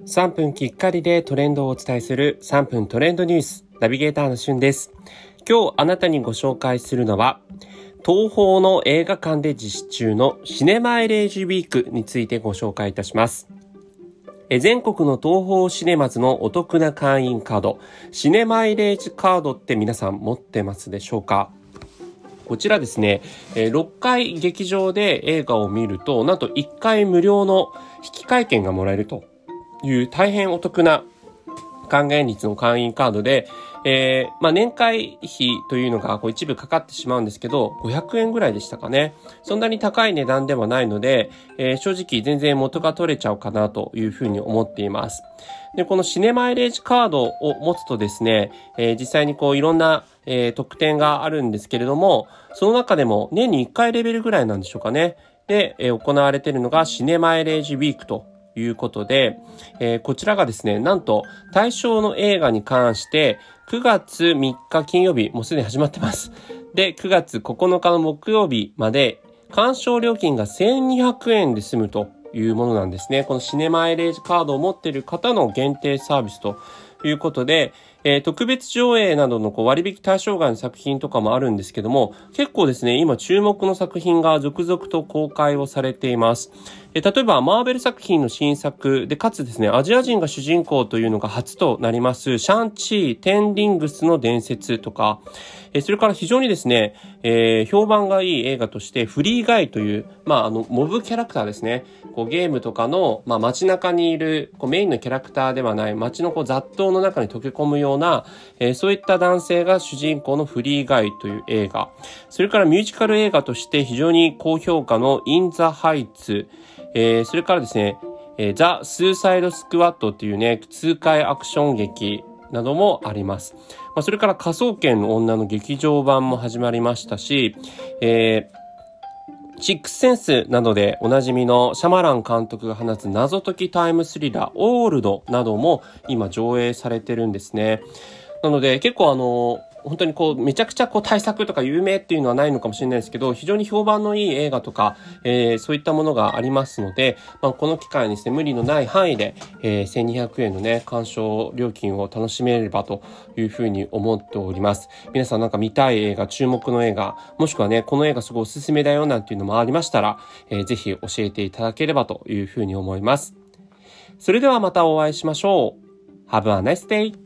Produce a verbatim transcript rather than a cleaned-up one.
さんぷんきっかりでトレンドをお伝えするさんぷんトレンドニュースナビゲーターのしゅんです。今日あなたにご紹介するのは東宝の映画館で実施中のシネマイレージウィークについてご紹介いたします。え全国の東宝シネマズのお得な会員カードシネマイレージカードって皆さん持ってますでしょうか？こちらですね、ろっかい劇場で映画を見るとなんといっかい無料の引換券がもらえるという大変お得な還元率の会員カードで、えー、まあ年会費というのがこう一部かかってしまうんですけど、ごひゃくえんぐらいでしたかね。そんなに高い値段ではないので、えー、正直全然元が取れちゃうかなというふうに思っています。で、このシネマイレージカードを持つとですね、えー、実際にこういろんな、えー、特典があるんですけれども、その中でも年にいっかいレベルぐらいなんでしょうかね。で、えー、行われているのがシネマイレージウィークということで、えー、こちらがですね、なんと対象の映画に関してくがつみっか金曜日、もうすでに始まってます。で、くがつここのかの木曜日まで鑑賞料金がせんにひゃくえんで済むというものなんですね。このシネマイレージカードを持っている方の限定サービスということで、えー、特別上映などのこう割引対象外の作品とかもあるんですけども、結構ですね、今注目の作品が続々と公開をされています。えー、例えばマーベル作品の新作で、かつですね、アジア人が主人公というのが初となります、シャンチー・テンリングスの伝説とか、えー、それから非常にですね、えー、評判がいい映画としてフリーガイという、まあ、あの、モブキャラクターですね。こうゲームとかの、まあ、街中にいるこうメインのキャラクターではない街のこう雑踏の中に溶け込むような、えー、そういった男性が主人公のフリーガイという映画。それからミュージカル映画として非常に高評価のインザハイツ。えー、それからですね、えー、ザ・スーサイドスクワットというね、痛快アクション劇などもあります。まあ、それから科捜研の女の劇場版も始まりましたし、えーシックスセンスなどでおなじみのシャマラン監督が放つ謎解きタイムスリラーオールドなども今上映されてるんですね。なので結構あの本当にこうめちゃくちゃこう大作とか有名っていうのはないのかもしれないですけど、非常に評判のいい映画とか、えー、そういったものがありますので、まあ、この機会にですね、無理のない範囲で、えー、せんにひゃくえんのね鑑賞料金を楽しめればというふうに思っております。皆さんなんか見たい映画、注目の映画、もしくはねこの映画すごいおすすめだよなんていうのもありましたら、えー、ぜひ教えていただければというふうに思います。それではまたお会いしましょう。Have a nice day!